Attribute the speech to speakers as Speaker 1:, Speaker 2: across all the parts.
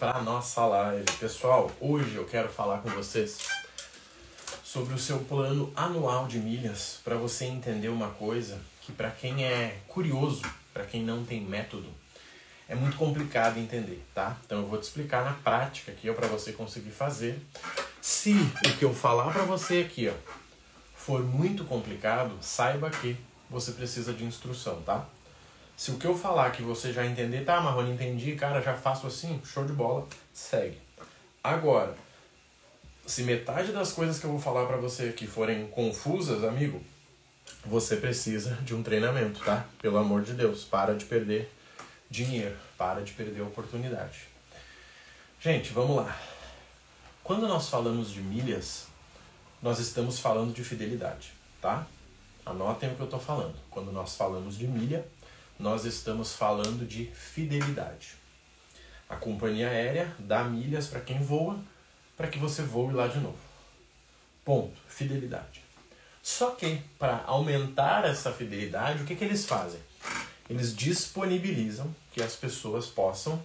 Speaker 1: para nossa live. Pessoal, hoje eu quero falar com vocês sobre o seu plano anual de milhas, para você entender uma coisa que para quem é curioso, para quem não tem método, é muito complicado entender, tá? Então eu vou te explicar na prática aqui, para você conseguir fazer. Se o que eu falar para você aqui, for muito complicado, saiba que você precisa de instrução, tá? Se o que eu falar que você já entender, tá, Marrone, entendi, cara, já faço assim, show de bola, segue. Agora, se metade das coisas que eu vou falar pra você aqui forem confusas, amigo, você precisa de um treinamento, tá? Pelo amor de Deus, para de perder dinheiro, para de perder oportunidade. Gente, vamos lá. Quando nós falamos de milhas, nós estamos falando de fidelidade, tá? Anotem o que eu tô falando. Quando nós falamos de milha, nós estamos falando de fidelidade. A companhia aérea dá milhas para quem voa, para que você voe lá de novo. Ponto. Fidelidade. Só que, para aumentar essa fidelidade, o que eles fazem? Eles disponibilizam que as pessoas possam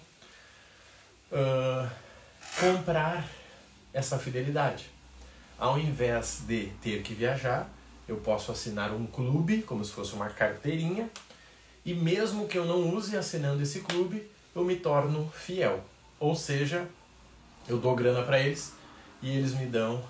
Speaker 1: comprar essa fidelidade. Ao invés de ter que viajar, eu posso assinar um clube, como se fosse uma carteirinha, e mesmo que eu não use assinando esse clube, eu me torno fiel. Ou seja, eu dou grana para eles e eles me dão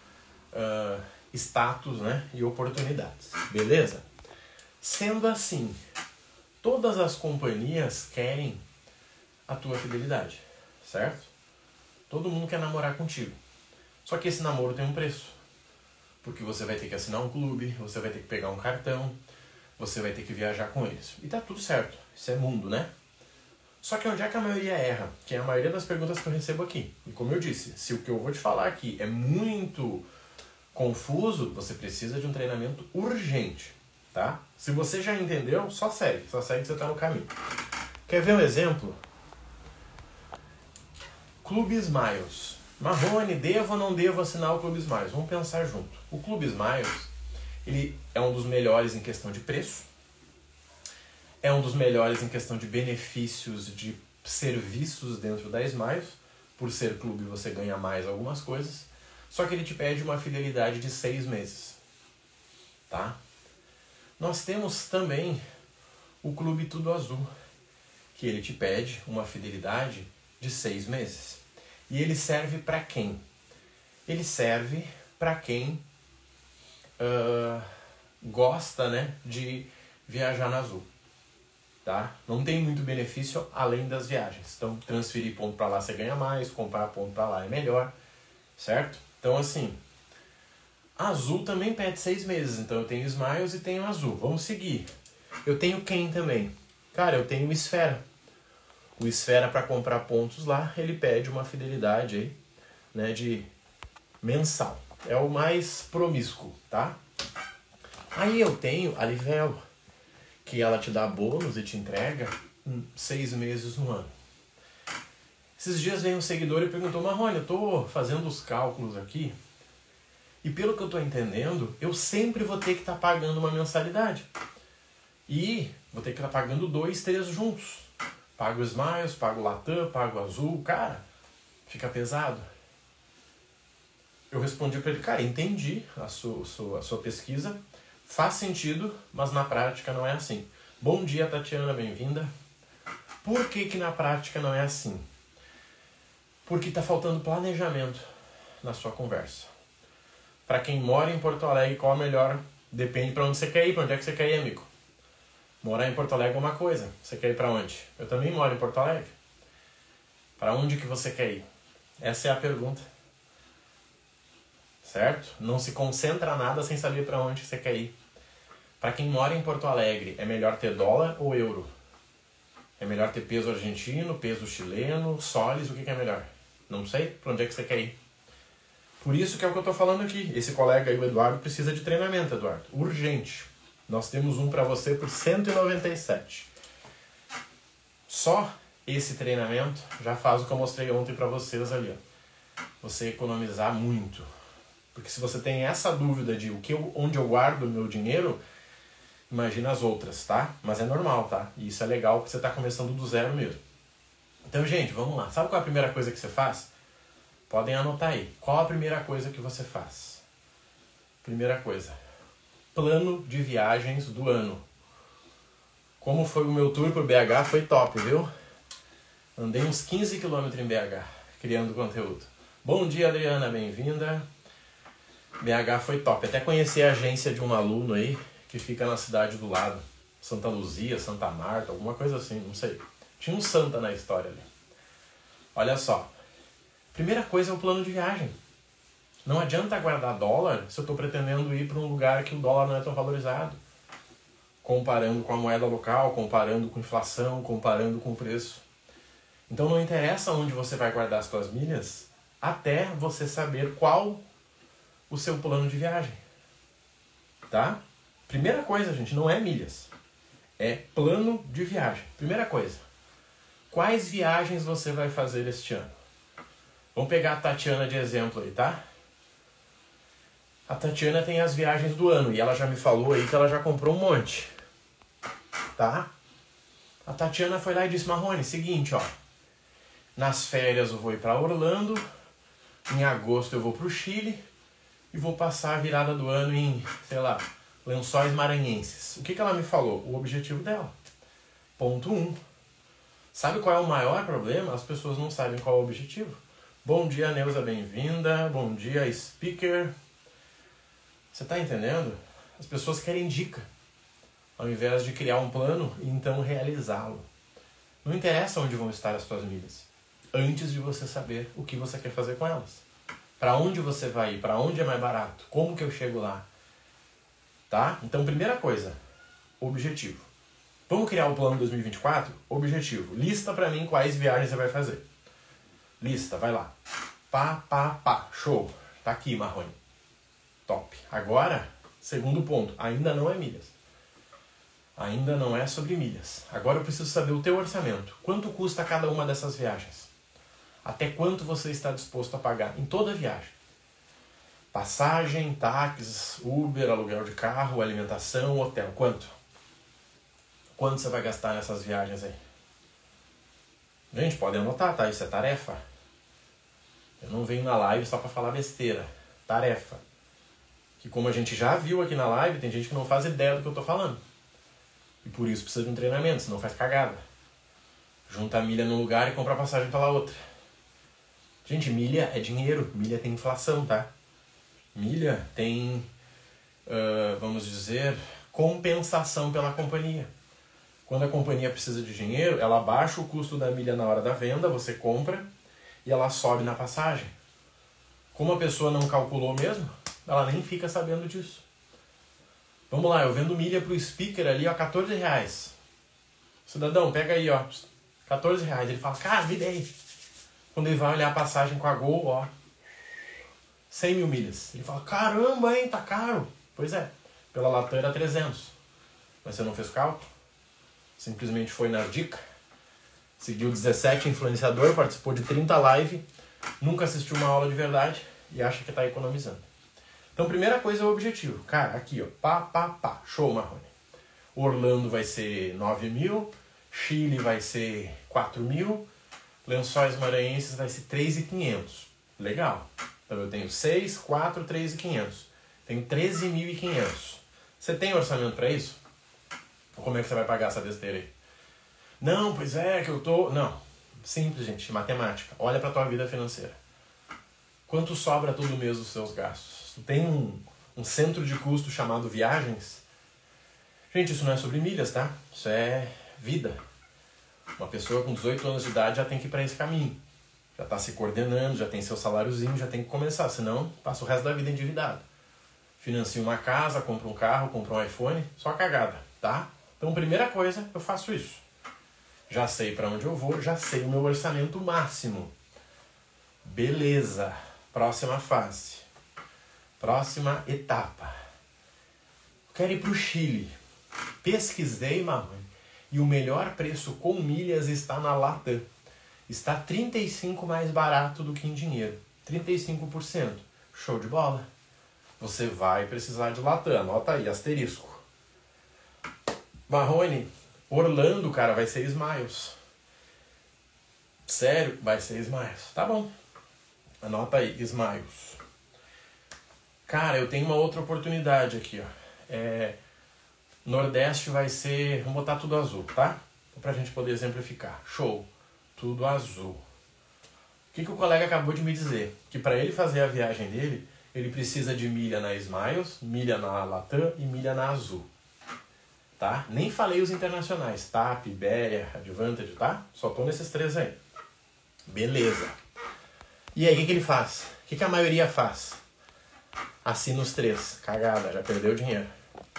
Speaker 1: status, né, e oportunidades. Beleza? Sendo assim, todas as companhias querem a tua fidelidade, certo? Todo mundo quer namorar contigo. Só que esse namoro tem um preço. Porque você vai ter que assinar um clube, você vai ter que pegar um cartão, você vai ter que viajar com eles. E tá tudo certo. Isso é mundo, né? Só que onde é que a maioria erra? Que é a maioria das perguntas que eu recebo aqui. E como eu disse, se o que eu vou te falar aqui é muito confuso, você precisa de um treinamento urgente, tá? Se você já entendeu, só segue que você tá no caminho. Quer ver um exemplo? Clube Smiles. Marrone, devo ou não devo assinar o Clube Smiles? Vamos pensar junto. O Clube Smiles, ele é um dos melhores em questão de preço, é um dos melhores em questão de benefícios de serviços dentro da Smiles. Por ser clube você ganha mais algumas coisas, só que ele te pede uma fidelidade de 6 meses. Tá? Nós temos também o Clube Tudo Azul, que ele te pede uma fidelidade de 6 meses. E ele serve para quem? Ele serve para quem gosta, né, de viajar na Azul, tá? Não tem muito benefício além das viagens. Então, transferir ponto para lá você ganha mais, comprar ponto para lá é melhor, certo? Então, assim, a Azul também pede 6 meses. Então, eu tenho Smiles e tenho Azul. Vamos seguir. Eu tenho quem também? Cara, eu tenho o Esfera. O Esfera, para comprar pontos lá, ele pede uma fidelidade aí, né, de mensal. É o mais promíscuo, tá? Aí eu tenho a Livelo, que ela te dá bônus e te entrega 6 meses no ano. Esses dias veio um seguidor e perguntou: Marrone, eu tô fazendo os cálculos aqui e pelo que eu tô entendendo, eu sempre vou ter que estar pagando uma mensalidade. E vou ter que estar pagando 2, 3 juntos. Pago o Smiles, pago o Latam, pago o Azul. Cara, fica pesado. Eu respondi para ele: cara, entendi a sua pesquisa, faz sentido, mas na prática não é assim. Bom dia, Tatiana, bem-vinda. Por que na prática não é assim? Porque está faltando planejamento na sua conversa. Para quem mora em Porto Alegre, qual a melhor? Depende para onde você quer ir, para onde é que você quer ir, amigo. Morar em Porto Alegre é uma coisa, você quer ir para onde? Eu também moro em Porto Alegre. Para onde que você quer ir? Essa é a pergunta. Certo? Não se concentra nada sem saber para onde você quer ir. Para quem mora em Porto Alegre, é melhor ter dólar ou euro? É melhor ter peso argentino, peso chileno, soles, o que é melhor? Não sei, para onde é que você quer ir? Por isso que é o que eu estou falando aqui. Esse colega aí, o Eduardo, precisa de treinamento, Eduardo. Urgente. Nós temos um para você por 197. Só esse treinamento já faz o que eu mostrei ontem para vocês ali, ó. Você economizar muito. Porque se você tem essa dúvida de onde eu guardo o meu dinheiro, imagina as outras, tá? Mas é normal, tá? E isso é legal porque você está começando do zero mesmo. Então, gente, vamos lá. Sabe qual é a primeira coisa que você faz? Podem anotar aí. Qual a primeira coisa que você faz? Primeira coisa. Plano de viagens do ano. Como foi o meu tour por BH, foi top, viu? Andei uns 15 km em BH, criando conteúdo. Bom dia, Adriana, bem-vinda. BH foi top. Até conheci a agência de um aluno aí, que fica na cidade do lado. Santa Luzia, Santa Marta, alguma coisa assim, não sei. Tinha um santa na história ali. Olha só. Primeira coisa é o plano de viagem. Não adianta guardar dólar se eu estou pretendendo ir para um lugar que o dólar não é tão valorizado. Comparando com a moeda local, comparando com inflação, comparando com o preço. Então não interessa onde você vai guardar as suas milhas, até você saber qual o seu plano de viagem. Tá? Primeira coisa, gente, não é milhas. É plano de viagem. Primeira coisa. Quais viagens você vai fazer este ano? Vamos pegar a Tatiana de exemplo aí, tá? A Tatiana tem as viagens do ano e ela já me falou aí que ela já comprou um monte. Tá? A Tatiana foi lá e disse, Marrone, seguinte, ó. Nas férias eu vou ir para Orlando, em agosto eu vou pro Chile e vou passar a virada do ano em, sei lá, Lençóis Maranhenses. O que ela me falou? O objetivo dela. Ponto 1. Sabe qual é o maior problema? As pessoas não sabem qual é o objetivo. Bom dia, Neuza, bem-vinda. Bom dia, speaker. Você tá entendendo? As pessoas querem dica, ao invés de criar um plano e então realizá-lo. Não interessa onde vão estar as suas milhas, antes de você saber o que você quer fazer com elas. Para onde você vai ir? Para onde é mais barato? Como que eu chego lá? Tá? Então, primeira coisa, objetivo. Vamos criar o plano 2024? Objetivo. Lista para mim quais viagens você vai fazer. Lista, vai lá. Pá. Show. Tá aqui, Marrone. Top. Agora, segundo ponto, ainda não é milhas. Ainda não é sobre milhas. Agora eu preciso saber o teu orçamento. Quanto custa cada uma dessas viagens? Até quanto você está disposto a pagar em toda viagem? Passagem, táxis, Uber, aluguel de carro, alimentação, hotel. Quanto? Quanto você vai gastar nessas viagens aí? Gente, pode anotar, tá? Isso é tarefa. Eu não venho na live só para falar besteira. Tarefa. Que como a gente já viu aqui na live, tem gente que não faz ideia do que eu tô falando. E por isso precisa de um treinamento, senão faz cagada. Junta a milha num lugar e compra a passagem pela outra. Gente, milha é dinheiro. Milha tem inflação, tá? Milha tem, vamos dizer, compensação pela companhia. Quando a companhia precisa de dinheiro, ela baixa o custo da milha na hora da venda, você compra e ela sobe na passagem. Como a pessoa não calculou mesmo, ela nem fica sabendo disso. Vamos lá, eu vendo milha pro speaker ali, ó, R$14. Cidadão, pega aí, ó, R$14. Ele fala, cara, me dei. Quando ele vai olhar a passagem com a Gol, ó, 100 mil milhas. Ele fala, caramba, hein, tá caro. Pois é, pela Latam era 300. Mas você não fez cálculo? Simplesmente foi na dica. Seguiu 17 influenciador, participou de 30 live, nunca assistiu uma aula de verdade e acha que tá economizando. Então, primeira coisa é o objetivo. Cara, aqui, ó, pá. Show, Marrone. Orlando vai ser 9 mil, Chile vai ser 4 mil, Lençóis Maranhenses vai ser 3.500. Legal. Então eu tenho 6, 4, 3.500. Tenho 13.500. Você tem orçamento para isso? Ou como é que você vai pagar essa besteira aí? Não, pois é que eu tô... Não. Simples, gente. Matemática. Olha para tua vida financeira. Quanto sobra todo mês dos seus gastos? Tu tem um centro de custo chamado viagens? Gente, isso não é sobre milhas, tá? Isso é vida. Uma pessoa com 18 anos de idade já tem que ir para esse caminho. Já está se coordenando, já tem seu saláriozinho, já tem que começar. Senão, passa o resto da vida endividado. Financia uma casa, compra um carro, compra um iPhone. Só cagada, tá? Então, primeira coisa, eu faço isso. Já sei para onde eu vou, já sei o meu orçamento máximo. Beleza. Próxima fase. Próxima etapa. Quero ir para o Chile. Pesquisei, Marrone, e o melhor preço com milhas está na Latam. Está 35% mais barato do que em dinheiro. 35%. Show de bola. Você vai precisar de Latam. Anota aí, asterisco. Marrone, Orlando, cara, vai ser Smiles. Sério? Vai ser Smiles. Tá bom. Anota aí, Smiles. Cara, eu tenho uma outra oportunidade aqui, ó. Nordeste vai ser... Vamos botar tudo azul, tá? Pra gente poder exemplificar. Show. Tudo azul. O que o colega acabou de me dizer? Que para ele fazer a viagem dele, ele precisa de milha na Smiles, milha na Latam e milha na Azul. Tá? Nem falei os internacionais. TAP, Iberia, Advantage, tá? Só tô nesses 3 aí. Beleza. E aí, o que ele faz? O que a maioria faz? Assina os 3. Cagada, já perdeu o dinheiro.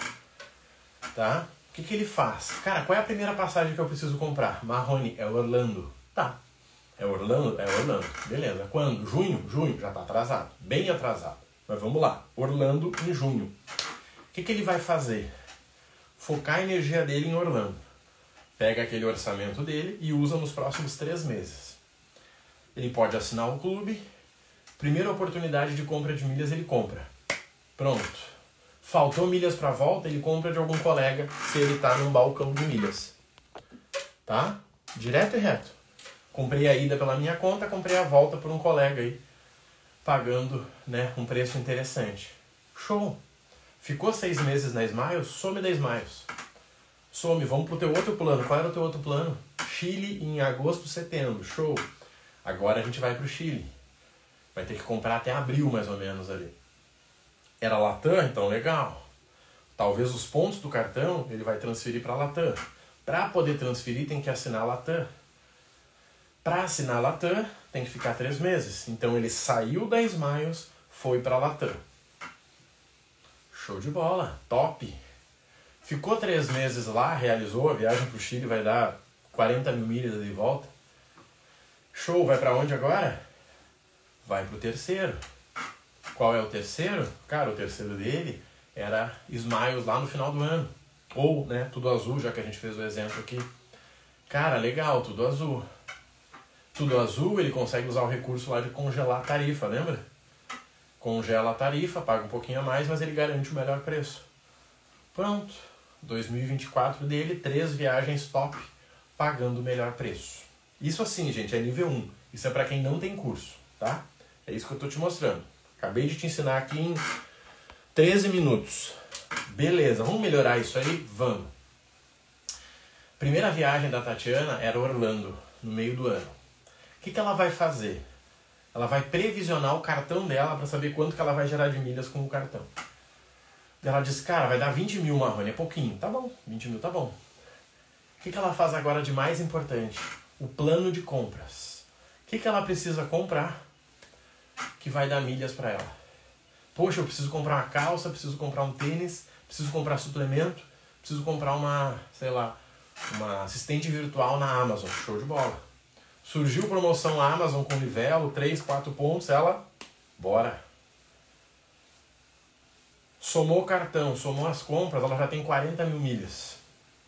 Speaker 1: Tá? O que ele faz? Cara, qual é a primeira passagem que eu preciso comprar? Marrone, é Orlando. Tá. É Orlando? É Orlando. Beleza. Quando? Junho? Junho. Já tá atrasado. Bem atrasado. Mas vamos lá. Orlando em junho. O que ele vai fazer? Focar a energia dele em Orlando. Pega aquele orçamento dele e usa nos próximos 3 meses. Ele pode assinar o clube. Primeira oportunidade de compra de milhas, ele compra. Pronto. Faltou milhas para volta, ele compra de algum colega se ele tá num balcão de milhas. Tá? Direto e reto. Comprei a ida pela minha conta, comprei a volta por um colega aí, pagando, né, um preço interessante. Show! Ficou 6 meses na Smiles? Some da Smiles. Some, vamos pro teu outro plano. Qual era o teu outro plano? Chile em agosto, setembro. Show! Agora a gente vai pro Chile. Vai ter que comprar até abril, mais ou menos, ali. Era Latam? Então legal. Talvez os pontos do cartão ele vai transferir para Latam. Para poder transferir tem que assinar a Latam. Para assinar a Latam tem que ficar 3 meses. Então ele saiu da Smiles, foi para a Latam. Show de bola, top. Ficou 3 meses lá, realizou a viagem para o Chile, vai dar 40 mil milhas de volta. Show, vai para onde agora? Vai para o terceiro. Qual é o terceiro? Cara, o terceiro dele era Smiles lá no final do ano. Ou, né, tudo azul, já que a gente fez o exemplo aqui. Cara, legal, tudo azul. Tudo azul, ele consegue usar o recurso lá de congelar a tarifa, lembra? Congela a tarifa, paga um pouquinho a mais, mas ele garante o melhor preço. Pronto. 2024 dele, 3 viagens top, pagando o melhor preço. Isso assim, gente, é nível 1. Isso é para quem não tem curso, tá? É isso que eu tô te mostrando. Acabei de te ensinar aqui em 13 minutos. Beleza, vamos melhorar isso aí? Vamos. Primeira viagem da Tatiana era Orlando, no meio do ano. O que ela vai fazer? Ela vai previsionar o cartão dela para saber quanto que ela vai gerar de milhas com o cartão. Ela diz, cara, vai dar 20 mil, Marrone, é pouquinho. Tá bom, 20 mil tá bom. O que ela faz agora de mais importante? O plano de compras. O que ela precisa comprar que vai dar milhas para ela? Poxa, eu preciso comprar uma calça, preciso comprar um tênis, preciso comprar suplemento, preciso comprar uma assistente virtual na Amazon. Show de bola. Surgiu promoção Amazon com Livelo, 3, 4 pontos, ela, bora. Somou o cartão, somou as compras, ela já tem 40 mil milhas.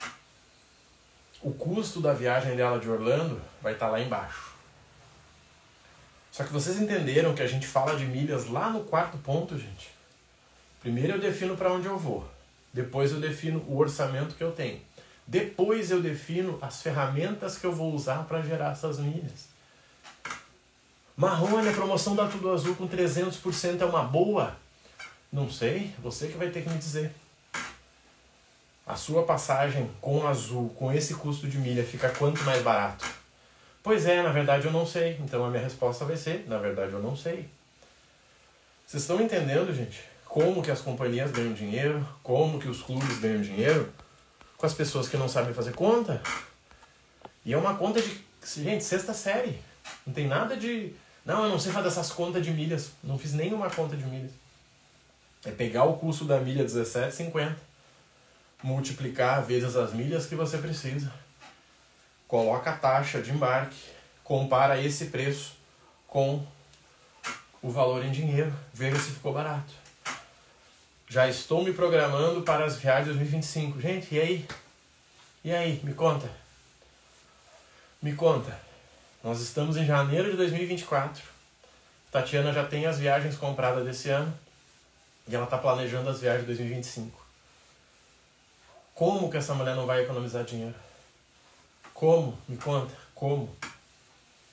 Speaker 1: O custo da viagem dela de Orlando vai estar lá embaixo. Só que vocês entenderam que a gente fala de milhas lá no 4º ponto, gente? Primeiro eu defino para onde eu vou. Depois eu defino o orçamento que eu tenho. Depois eu defino as ferramentas que eu vou usar para gerar essas milhas. Marrone, a promoção da Tudo Azul com 300% é uma boa? Não sei, você que vai ter que me dizer. A sua passagem com Azul, com esse custo de milha, fica quanto mais barato? Pois é, na verdade eu não sei. Então a minha resposta vai ser, na verdade eu não sei. Vocês estão entendendo, gente? Como que as companhias ganham dinheiro? Como que os clubes ganham dinheiro? Com as pessoas que não sabem fazer conta? E é uma conta de, gente, 6ª série. Não tem nada de... Não, eu não sei fazer essas contas de milhas. Não fiz nenhuma conta de milhas. É pegar o custo da milha 17,50, multiplicar vezes as milhas que você precisa. Coloca a taxa de embarque, compara esse preço com o valor em dinheiro, veja se ficou barato. Já estou me programando para as viagens de 2025. Gente, e aí? E aí? Me conta. Me conta. Nós estamos em janeiro de 2024. Tatiana já tem as viagens compradas desse ano e ela está planejando as viagens de 2025. Como que essa mulher não vai economizar dinheiro? Como? Me conta. Como?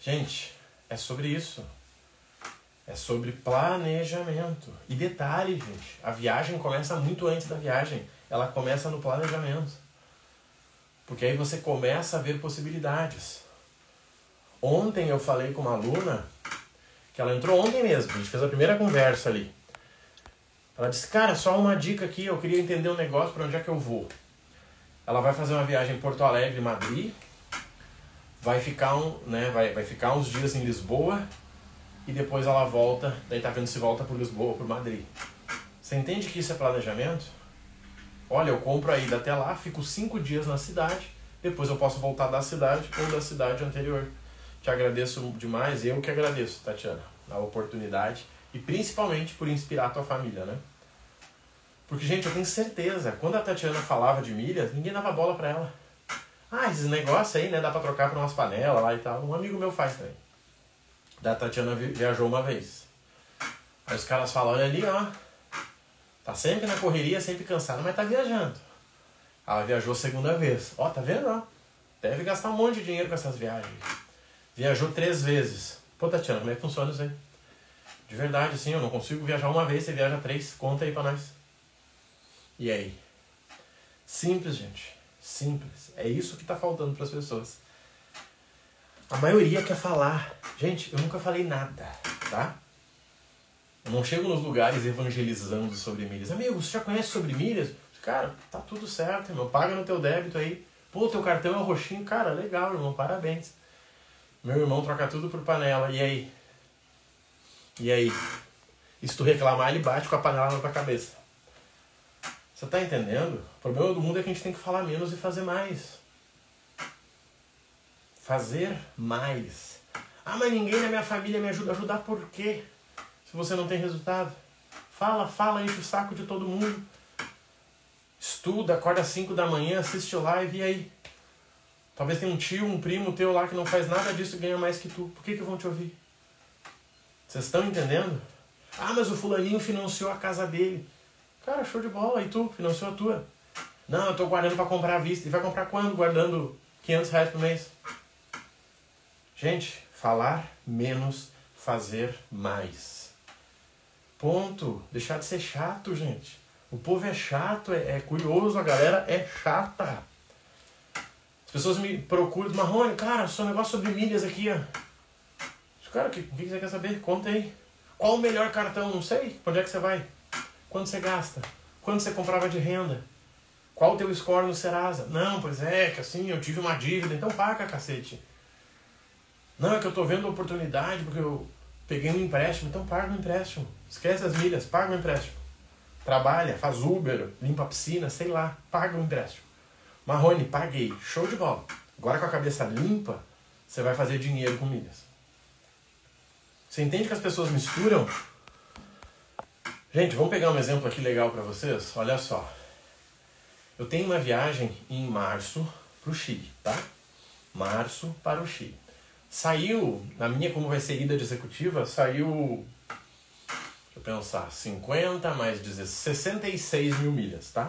Speaker 1: Gente, é sobre isso. É sobre planejamento. E detalhe, gente, a viagem começa muito antes da viagem. Ela começa no planejamento. Porque aí você começa a ver possibilidades. Ontem eu falei com uma aluna, que ela entrou ontem mesmo, a gente fez a primeira conversa ali. Ela disse, cara, só uma dica aqui, eu queria entender um negócio, para onde é que eu vou. Ela vai fazer uma viagem em Porto Alegre, Madrid, vai ficar uns dias em Lisboa, e depois ela volta, daí tá vendo se volta por Lisboa ou por Madrid. Você entende que isso é planejamento? Olha, eu compro a ida até lá, fico 5 dias na cidade, depois eu posso voltar da cidade ou da cidade anterior. Te agradeço demais, eu que agradeço, Tatiana, a oportunidade e principalmente por inspirar a tua família, né? Porque, gente, eu tenho certeza, quando a Tatiana falava de milhas, ninguém dava bola pra ela. Ah, esses negócios aí, né, dá pra trocar por umas panelas lá e tal. Um amigo meu faz também. Da Tatiana viajou uma vez. Aí os caras falam, olha ali, ó. Tá sempre na correria, sempre cansado, mas tá viajando. Ela viajou a segunda vez. Ó, tá vendo, ó? Deve gastar um monte de dinheiro com essas viagens. Viajou 3 vezes. Pô, Tatiana, como é que funciona isso aí? De verdade, assim, eu não consigo viajar uma vez, você viaja 3. Conta aí pra nós. E aí? Simples, gente. Simples. É isso que tá faltando pras pessoas. A maioria quer falar. Gente, eu nunca falei nada, tá? Eu não chego nos lugares evangelizando sobre milhas. Amigo, você já conhece sobre milhas? Cara, tá tudo certo, irmão. Paga no teu débito aí. Pô, teu cartão é roxinho. Cara, legal, irmão. Parabéns. Meu irmão troca tudo por panela. E aí? E aí? E se tu reclamar, ele bate com a panela na tua cabeça. Você tá entendendo? O problema do mundo é que a gente tem que falar menos e fazer mais. Fazer mais. Ah, mas ninguém na minha família me ajuda. Ajudar por quê? Se você não tem resultado. Fala, enche o saco de todo mundo. Estuda, acorda às 5 da manhã, assiste live e aí? Talvez tenha um tio, um primo teu lá que não faz nada disso e ganha mais que tu. Por que vão te ouvir? Vocês estão entendendo? Ah, mas o fulaninho financiou a casa dele. Cara, show de bola. E tu? Financiou a tua? Não, eu tô guardando pra comprar à vista. E vai comprar quando? Guardando R$500 por mês? Gente, falar menos, fazer mais. Ponto. Deixar de ser chato, gente. O povo é chato, é curioso, a galera é chata. As pessoas me procuram, Marrone, cara, seu negócio sobre milhas aqui, ó. Cara, o que você quer saber? Conta aí. Qual o melhor cartão? Não sei. Pra onde é que você vai? Quanto você gasta? Quanto você comprava de renda? Qual o teu score no Serasa? Não, pois é, que assim, eu tive uma dívida, então paga, cacete. Não, é que eu tô vendo a oportunidade porque eu peguei um empréstimo, então paga o empréstimo. Esquece as milhas, paga o empréstimo. Trabalha, faz Uber, limpa a piscina, sei lá, paga o empréstimo. Marrone, paguei, show de bola. Agora com a cabeça limpa, você vai fazer dinheiro com milhas. Você entende que as pessoas misturam? Gente, vamos pegar um exemplo aqui legal para vocês? Olha só. Eu tenho uma viagem em março para o Chile, tá? Março para o Chile. Saiu, na minha, como vai ser ida de executiva, saiu, deixa eu pensar, 50 mais 16, 66 mil milhas, tá?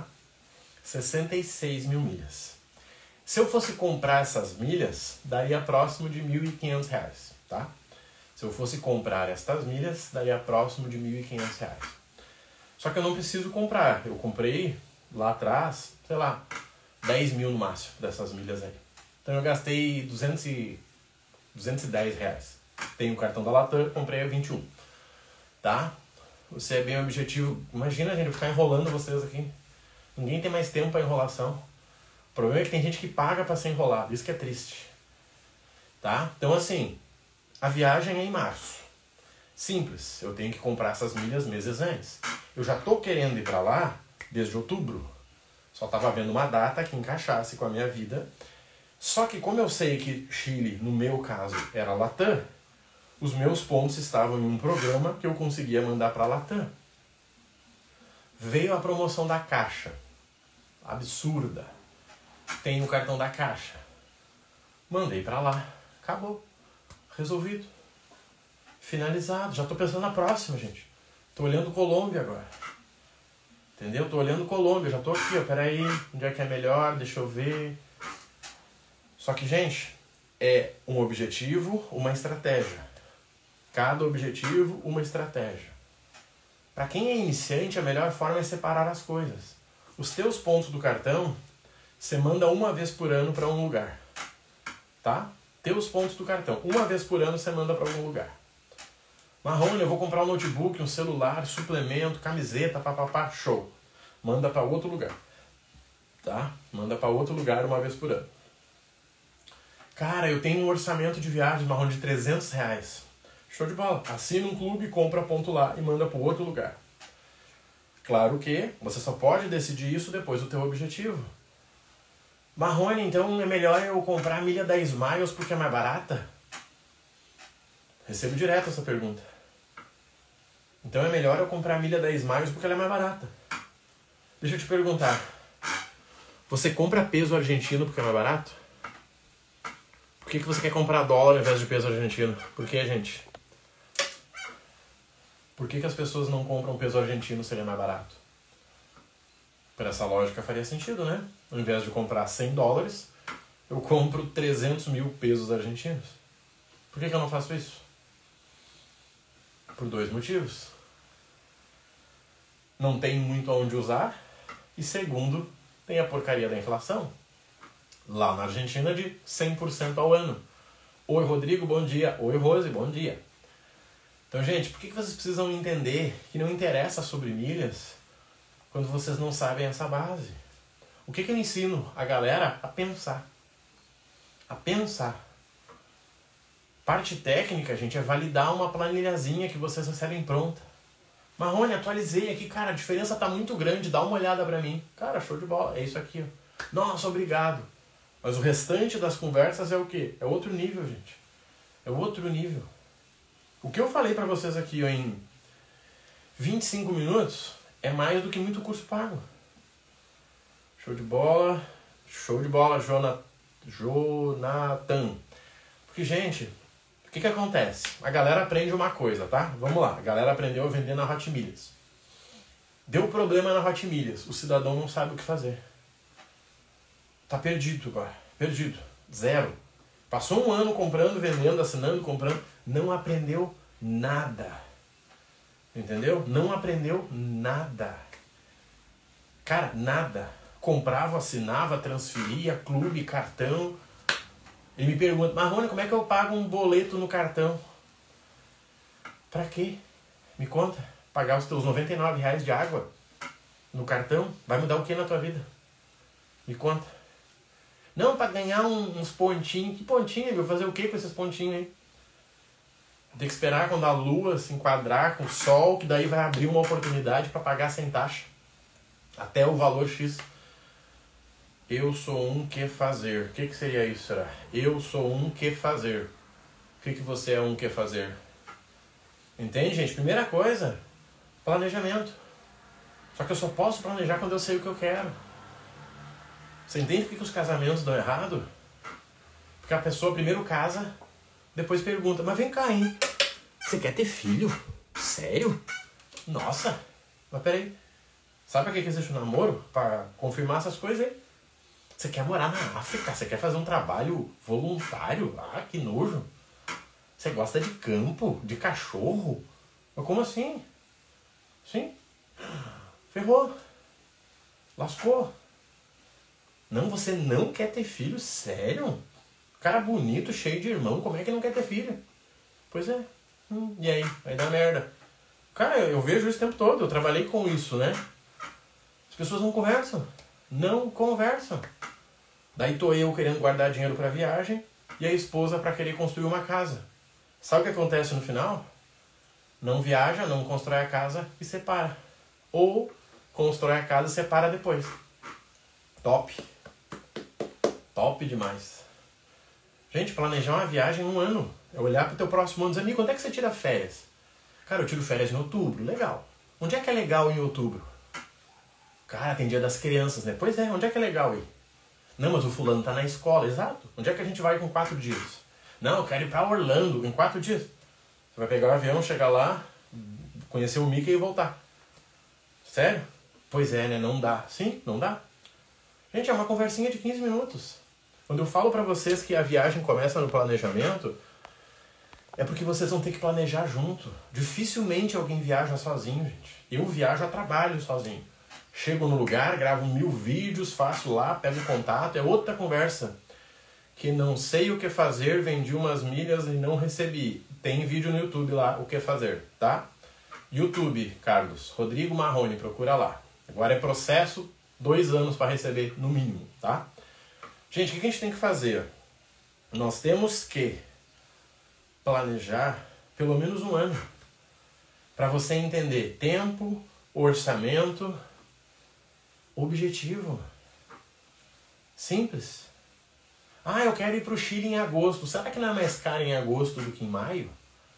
Speaker 1: 66 mil milhas. Se eu fosse comprar essas milhas, daria próximo de R$1.500, tá? Se eu fosse comprar estas milhas, daria próximo de R$1.500. Só que eu não preciso comprar. Eu comprei lá atrás, sei lá, 10 mil no máximo dessas milhas aí. Então eu gastei R$210. Tenho o cartão da Latam, comprei a 21. Tá? Você é bem objetivo. Imagina, gente, eu ficar enrolando vocês aqui. Ninguém tem mais tempo para enrolação. O problema é que tem gente que paga para ser enrolado. Isso que é triste. Tá? Então assim, a viagem é em março. Simples, eu tenho que comprar essas milhas meses antes. Eu já estou querendo ir para lá desde outubro. Só estava vendo uma data que encaixasse com a minha vida. Só que como eu sei que Chile, no meu caso, era Latam, os meus pontos estavam em um programa que eu conseguia mandar para Latam. Veio a promoção da Caixa. Absurda. Tenho o cartão da Caixa. Mandei para lá. Acabou. Resolvido. Finalizado. Já estou pensando na próxima, gente. Estou olhando Colômbia agora. Entendeu? Estou olhando Colômbia. Já estou aqui, ó. Peraí. Onde é que é melhor? Deixa eu ver. Só que, gente, é um objetivo, uma estratégia. Cada objetivo, uma estratégia. Para quem é iniciante, a melhor forma é separar as coisas. Os teus pontos do cartão, você manda uma vez por ano para um lugar. Tá? Teus pontos do cartão. Uma vez por ano você manda para algum lugar. Marrone, eu vou comprar um notebook, um celular, suplemento, camiseta, papapá, show. Manda para outro lugar. Tá? Manda para outro lugar uma vez por ano. Cara, eu tenho um orçamento de viagem, Marrone, de R$300. Show de bola. Assina um clube, compra ponto lá e manda para outro lugar. Claro que você só pode decidir isso depois do teu objetivo. Marrone, então é melhor eu comprar a milha da Smiles porque é mais barata? Recebo direto essa pergunta. Então é melhor eu comprar a milha da Smiles porque ela é mais barata. Deixa eu te perguntar. Você compra peso argentino porque é mais barato? Por que você quer comprar dólar ao invés de peso argentino? Por que, gente? Por que as pessoas não compram peso argentino se ele é mais barato? Por essa lógica faria sentido, né? Ao invés de comprar $100, eu compro 300 mil pesos argentinos. Por que eu não faço isso? Por 2 motivos. Não tem muito aonde usar. E segundo, tem a porcaria da inflação. Lá na Argentina de 100% ao ano. Oi, Rodrigo, bom dia. Oi, Rose, bom dia. Então, gente, por que vocês precisam entender que não interessa sobre milhas quando vocês não sabem essa base? O que eu ensino a galera a pensar? A pensar. Parte técnica, gente, é validar uma planilhazinha que vocês recebem pronta. Marrone, atualizei aqui, cara, a diferença tá muito grande, dá uma olhada pra mim. Cara, show de bola, é isso aqui, ó. Nossa, obrigado. Mas o restante das conversas é o quê? É outro nível, gente. É outro nível. O que eu falei pra vocês aqui ó, em 25 minutos é mais do que muito curso pago. Show de bola, Jonathan. Porque, gente, o que acontece? A galera aprende uma coisa, tá? Vamos lá, a galera aprendeu a vender na Hot Milhas. Deu problema na Hot Milhas, o cidadão não sabe o que fazer. Tá perdido agora, perdido, zero. Passou um ano comprando, vendendo, assinando, comprando, não aprendeu nada. Entendeu? Não aprendeu nada. Cara, nada. Comprava, assinava, transferia, clube, cartão. Ele me pergunta, Marrone, como é que eu pago um boleto no cartão? Pra quê? Me conta. Pagar os teus R$99 de água no cartão? Vai mudar o que na tua vida? Me conta. Não, pra ganhar uns pontinhos. Que pontinho? Vou fazer o que com esses pontinhos aí? Tem que esperar quando a lua se enquadrar com o sol, que daí vai abrir uma oportunidade para pagar sem taxa. Até o valor X. Eu sou um que fazer. O que seria isso, será? Eu sou um que fazer. O que você é um que fazer? Entende, gente? Primeira coisa, planejamento. Só que eu só posso planejar quando eu sei o que eu quero. Você entende por que os casamentos dão errado? Porque a pessoa primeiro casa, depois pergunta, mas vem cá, hein? Você quer ter filho? Sério? Nossa! Mas peraí, sabe pra que existe o namoro? Pra confirmar essas coisas aí. Você quer morar na África? Você quer fazer um trabalho voluntário? Ah, que nojo! Você gosta de campo, de cachorro? Mas como assim? Sim? Ferrou. Lascou. Não, você não quer ter filho? Sério? Cara bonito, cheio de irmão, como é que não quer ter filho? Pois é. E aí? Vai dar merda. Cara, eu vejo isso o tempo todo. Eu trabalhei com isso, né? As pessoas não conversam. Não conversam. Daí tô eu querendo guardar dinheiro pra viagem e a esposa pra querer construir uma casa. Sabe o que acontece no final? Não viaja, não constrói a casa e separa. Ou constrói a casa e separa depois. Top. Top demais. Gente, planejar uma viagem em um ano. É olhar pro teu próximo ano e dizer, amigo, quando é que você tira férias? Cara, eu tiro férias em outubro. Legal. Onde é que é legal em outubro? Cara, tem dia das crianças, né? Pois é, onde é que é legal aí? Não, mas o fulano tá na escola, exato. Onde é que a gente vai com 4 dias? Não, eu quero ir pra Orlando em 4 dias. Você vai pegar o avião, chegar lá, conhecer o Mickey e voltar. Sério? Pois é, né? Não dá. Sim, não dá. Gente, é uma conversinha de 15 minutos. Quando eu falo para vocês que a viagem começa no planejamento, é porque vocês vão ter que planejar junto. Dificilmente alguém viaja sozinho, gente. Eu viajo a trabalho sozinho. Chego no lugar, gravo 1000 vídeos, faço lá, pego contato, é outra conversa. Que não sei o que fazer, vendi umas milhas e não recebi. Tem vídeo no YouTube lá, o que fazer, tá? YouTube, Carlos, Rodrigo Marrone, procura lá. Agora é processo, 2 anos para receber, no mínimo, tá? Gente, o que a gente tem que fazer? Nós temos que planejar pelo menos 1 ano. Para você entender tempo, orçamento, objetivo. Simples. Ah, eu quero ir para o Chile em agosto. Será que não é mais caro em agosto do que em maio?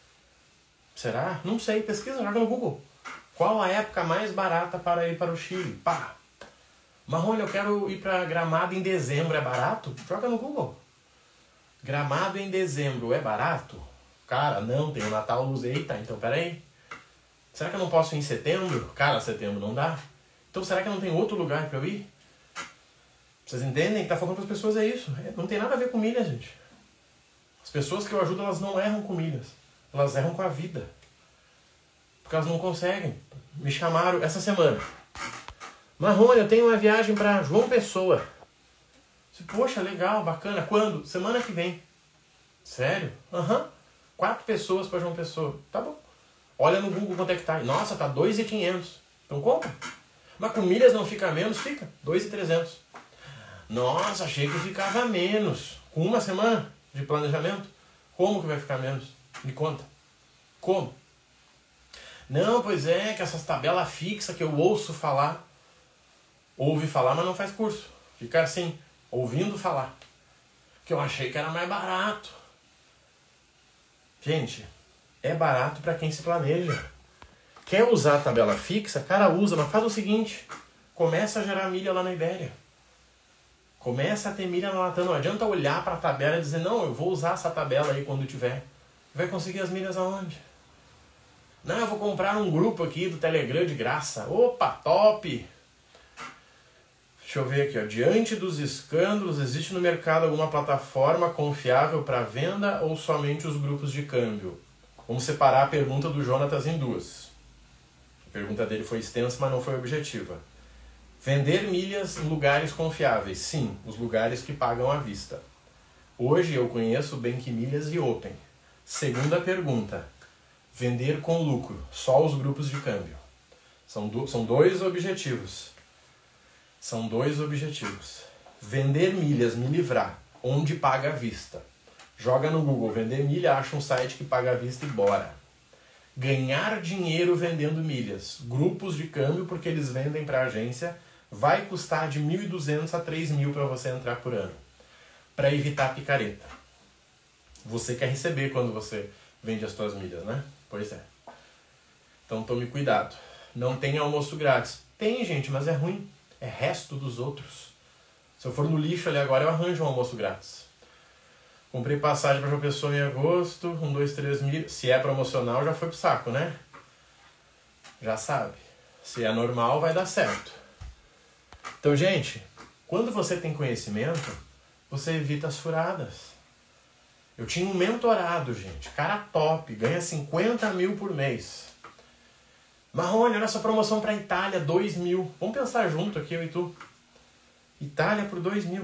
Speaker 1: Será? Não sei. Pesquisa, joga no Google. Qual a época mais barata para ir para o Chile? Pá! Marrone, eu quero ir para Gramado em dezembro. É barato? Joga no Google. Gramado em dezembro é barato? Cara, não. Tem o Natal Luz. Eita, então peraí. Será que eu não posso ir em setembro? Cara, setembro não dá. Então será que não tem outro lugar para eu ir? Vocês entendem? Que tá falando para as pessoas é isso. Não tem nada a ver com milhas, gente. As pessoas que eu ajudo, elas não erram com milhas. Elas erram com a vida. Porque elas não conseguem. Me chamaram essa semana. Marrone, eu tenho uma viagem para João Pessoa. Poxa, legal, bacana. Quando? Semana que vem. Sério? 4 pessoas para João Pessoa. Tá bom. Olha no Google quanto é que tá. Nossa, tá 2.500. Então compra. Mas com milhas não fica menos? Fica. 2.300. Nossa, achei que ficava menos. Com 1 semana de planejamento? Como que vai ficar menos? Me conta. Como? Não, pois é, que essas tabelas fixas que eu ouço falar. Ouve falar, mas não faz curso. Fica assim, ouvindo falar. Que eu achei que era mais barato. Gente, é barato para quem se planeja. Quer usar a tabela fixa? Cara, usa, mas faz o seguinte. Começa a gerar milha lá na Ibéria. Começa a ter milha na Latam. Não adianta olhar para a tabela e dizer, não, eu vou usar essa tabela aí quando tiver. Vai conseguir as milhas aonde? Não, eu vou comprar um grupo aqui do Telegram de graça. Opa, top! Deixa eu ver aqui, ó. Diante dos escândalos, existe no mercado alguma plataforma confiável para venda ou somente os grupos de câmbio? Vamos separar a pergunta do Jonatas em 2. A pergunta dele foi extensa, mas não foi objetiva. Vender milhas em lugares confiáveis. Sim, os lugares que pagam à vista. Hoje eu conheço Bank Milhas e Open. Segunda pergunta. Vender com lucro. Só os grupos de câmbio. São 2 objetivos. São 2 objetivos. Vender milhas, me livrar. Onde paga à vista. Joga no Google, vender milha, acha um site que paga à vista e bora. Ganhar dinheiro vendendo milhas. Grupos de câmbio, porque eles vendem para a agência, vai custar de 1.200 a 3.000 para você entrar por ano. Para evitar picareta. Você quer receber quando você vende as suas milhas, né? Pois é. Então tome cuidado. Não tem almoço grátis. Tem, gente, mas é ruim. É resto dos outros. Se eu for no lixo ali agora, eu arranjo um almoço grátis. Comprei passagem para João Pessoa em agosto, 1, 2, 3 mil. Se é promocional, já foi pro saco, né? Já sabe. Se é normal, vai dar certo. Então, gente, quando você tem conhecimento, você evita as furadas. Eu tinha um mentorado, gente. Cara top, ganha 50 mil por mês. Marrone, olha essa promoção para Itália, 2.000. Vamos pensar junto aqui, eu e tu. Itália por 2.000.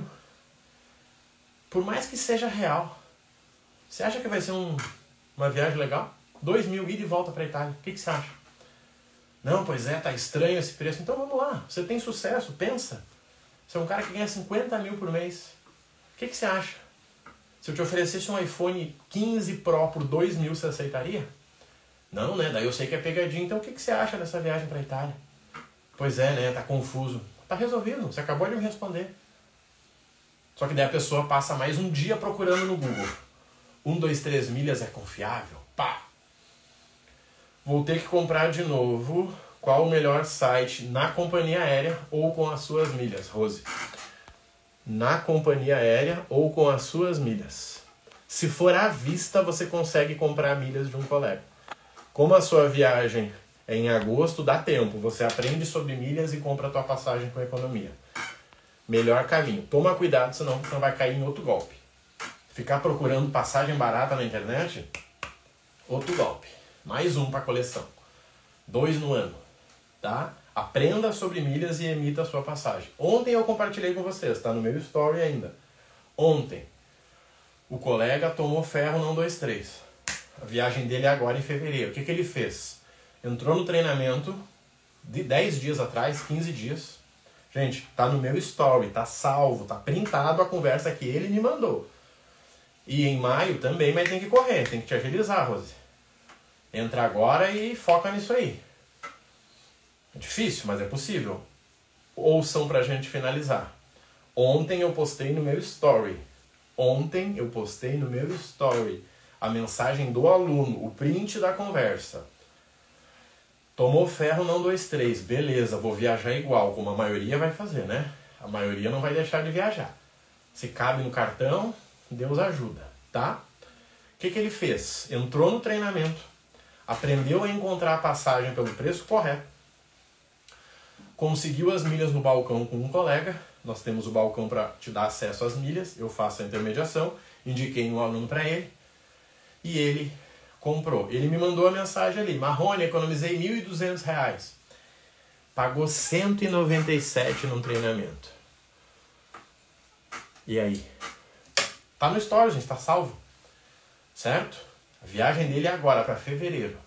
Speaker 1: Por mais que seja real. Você acha que vai ser uma viagem legal? 2.000, ida e volta para Itália. O que você acha? Não, pois é, tá estranho esse preço. Então vamos lá. Você tem sucesso, pensa. Você é um cara que ganha 50 mil por mês. O que você acha? Se eu te oferecesse um iPhone 15 Pro por 2.000, você aceitaria? Não, né? Daí eu sei que é pegadinha. Então o que você acha dessa viagem para Itália? Pois é, né? Tá confuso. Tá resolvido. Você acabou de me responder. Só que daí a pessoa passa mais um dia procurando no Google. 1, 2, 3 milhas é confiável? Pá! Vou ter que comprar de novo. Qual o melhor site na companhia aérea ou com as suas milhas, Rose? Na companhia aérea ou com as suas milhas. Se for à vista, você consegue comprar milhas de um colega. Como a sua viagem é em agosto, dá tempo. Você aprende sobre milhas e compra a tua passagem com economia. Melhor caminho. Toma cuidado, senão você não vai cair em outro golpe. Ficar procurando passagem barata na internet, outro golpe. Mais um para coleção. 2 no ano. Tá? Aprenda sobre milhas e emita a sua passagem. Ontem eu compartilhei com vocês, tá no meu story ainda. Ontem, o colega tomou ferro não 2-3. A viagem dele é agora em fevereiro. O que ele fez? Entrou no treinamento de 10 dias atrás, 15 dias. Gente, tá no meu story, tá salvo, tá printado a conversa que ele me mandou. E em maio também, mas tem que correr, tem que te agilizar, Rose. Entra agora e foca nisso aí. É difícil, mas é possível. Ouçam pra gente finalizar. Ontem eu postei no meu story. A mensagem do aluno, o print da conversa. Tomou ferro não 2-3. Beleza, vou viajar igual, como a maioria vai fazer, né? A maioria não vai deixar de viajar. Se cabe no cartão, Deus ajuda, tá? O que ele fez? Entrou no treinamento, aprendeu a encontrar a passagem pelo preço correto, conseguiu as milhas no balcão com um colega. Nós temos o balcão para te dar acesso às milhas, eu faço a intermediação, indiquei um aluno para ele e ele comprou. Ele me mandou a mensagem ali: Marrone, economizei R$1.200. Pagou 197 num treinamento. E aí? Tá no story, gente, tá salvo. Certo? A viagem dele é agora, para fevereiro.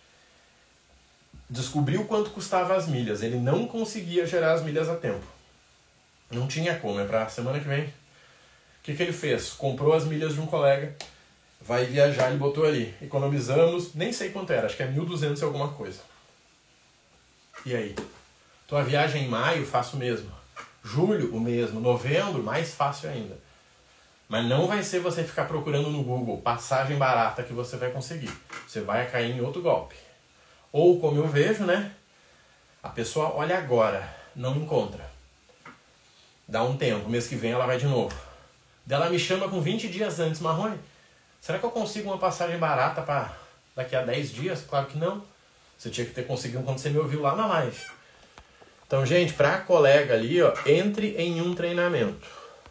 Speaker 1: Descobriu quanto custava as milhas. Ele não conseguia gerar as milhas a tempo. Não tinha como, é pra semana que vem. O que ele fez? Comprou as milhas de um colega, vai viajar e botou ali. Economizamos, nem sei quanto era, acho que é 1.200 e alguma coisa. E aí? Tua viagem em maio, faço o mesmo. Julho, o mesmo. Novembro, mais fácil ainda. Mas não vai ser você ficar procurando no Google passagem barata que você vai conseguir. Você vai cair em outro golpe. Ou, como eu vejo, né? A pessoa olha agora, não encontra. Dá um tempo, mês que vem ela vai de novo. Daí ela me chama com 20 dias antes: Marrone, será que eu consigo uma passagem barata para daqui a 10 dias? Claro que não. Você tinha que ter conseguido quando você me ouviu lá na live. Então, gente, para a colega ali, ó, entre em um treinamento.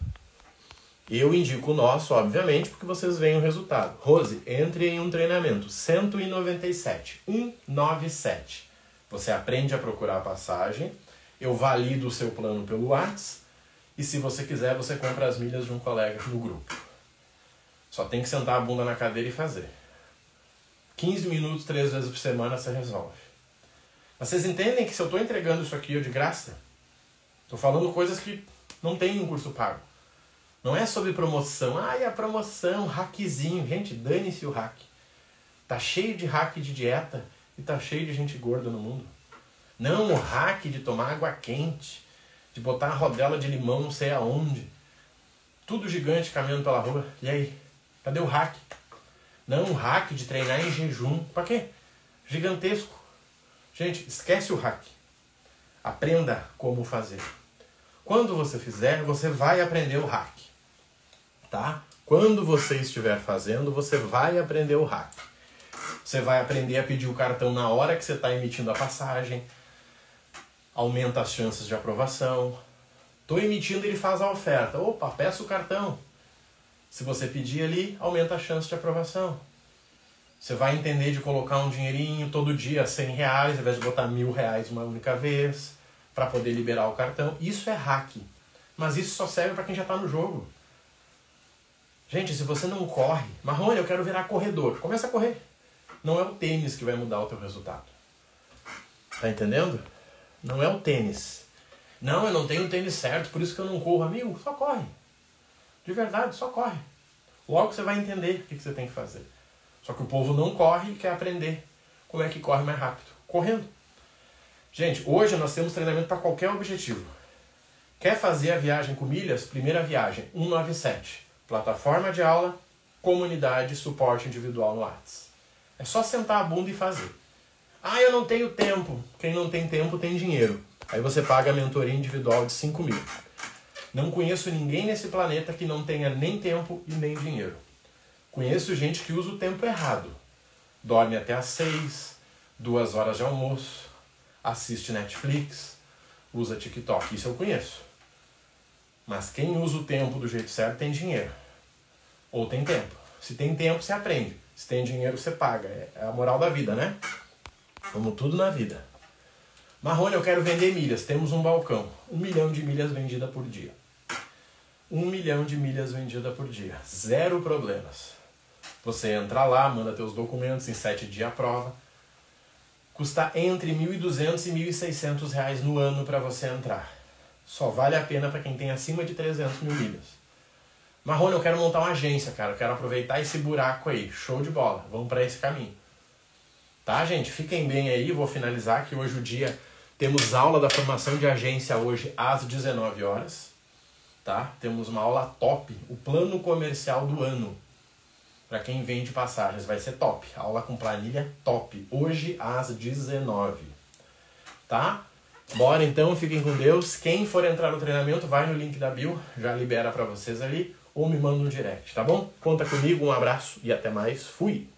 Speaker 1: Eu indico o nosso, obviamente, porque vocês veem o resultado. Rose, entre em um treinamento. 197. 197. Você aprende a procurar a passagem. Eu valido o seu plano pelo WhatsApp. E se você quiser, você compra as milhas de um colega no grupo. Só tem que sentar a bunda na cadeira e fazer. 15 minutos, 3 vezes por semana, você resolve. Mas vocês entendem que se eu estou entregando isso aqui de graça, estou falando coisas que não tem um curso pago. Não é sobre promoção. Ai, a promoção, hackzinho. Gente, dane-se o hack. Tá cheio de hack de dieta e tá cheio de gente gorda no mundo. Não, o hack de tomar água quente, de botar a rodela de limão não sei aonde. Tudo gigante caminhando pela rua. E aí? Cadê o hack? Não, o hack de treinar em jejum. Pra quê? Gigantesco. Gente, esquece o hack. Aprenda como fazer. Quando você fizer, você vai aprender o hack. Tá? Quando você estiver fazendo, você vai aprender o hack. Você vai aprender a pedir o cartão na hora que você está emitindo a passagem. Aumenta as chances de aprovação. Estou emitindo, ele faz a oferta. Opa, peço o cartão. Se você pedir ali, aumenta a chance de aprovação. Você vai entender de colocar um dinheirinho todo dia, R$100, ao invés de botar R$1.000 uma única vez, para poder liberar o cartão. Isso é hack. Mas isso só serve para quem já está no jogo. Gente, se você não corre... Marrone, eu quero virar corredor. Começa a correr. Não é o tênis que vai mudar o teu resultado. Tá entendendo? Não é o tênis. Não, eu não tenho o tênis certo, por isso que eu não corro. Amigo, só corre. De verdade, só corre. Logo você vai entender o que você tem que fazer. Só que o povo não corre e quer aprender como é que corre mais rápido. Correndo. Gente, hoje nós temos treinamento para qualquer objetivo. Quer fazer a viagem com milhas? Primeira viagem, 197. Plataforma de aula, comunidade, suporte individual no WhatsApp. É só sentar a bunda e fazer. Ah, eu não tenho tempo. Quem não tem tempo tem dinheiro. Aí você paga a mentoria individual de 5.000. Não conheço ninguém nesse planeta que não tenha nem tempo e nem dinheiro. Conheço gente que usa o tempo errado. Dorme até às 6, 2 horas de almoço, assiste Netflix, usa TikTok. Isso eu conheço. Mas quem usa o tempo do jeito certo tem dinheiro. Ou tem tempo. Se tem tempo, você aprende. Se tem dinheiro, você paga. É a moral da vida, né? Como tudo na vida. Marrone, eu quero vender milhas. Temos um balcão. 1 milhão de milhas vendidas por dia. 1 milhão de milhas vendidas por dia. 0 problemas. Você entra lá, manda teus documentos, em 7 dias a prova. Custa entre R$1.200 e R$1.600 no ano para você entrar. Só vale a pena para quem tem acima de 300 mil milhas. Marrone, eu quero montar uma agência, cara. Eu quero aproveitar esse buraco aí. Show de bola. Vamos para esse caminho. Tá, gente? Fiquem bem aí. Vou finalizar que hoje o dia... Temos aula da formação de agência hoje às 19 horas. Tá? Temos uma aula top. O plano comercial do ano. Para quem vende passagens. Vai ser top. Aula com planilha top. Hoje às 19. Tá? Bora então. Fiquem com Deus. Quem for entrar no treinamento, vai no link da bio. Já libera para vocês ali. Ou me manda no direct. Tá bom? Conta comigo. Um abraço e até mais. Fui!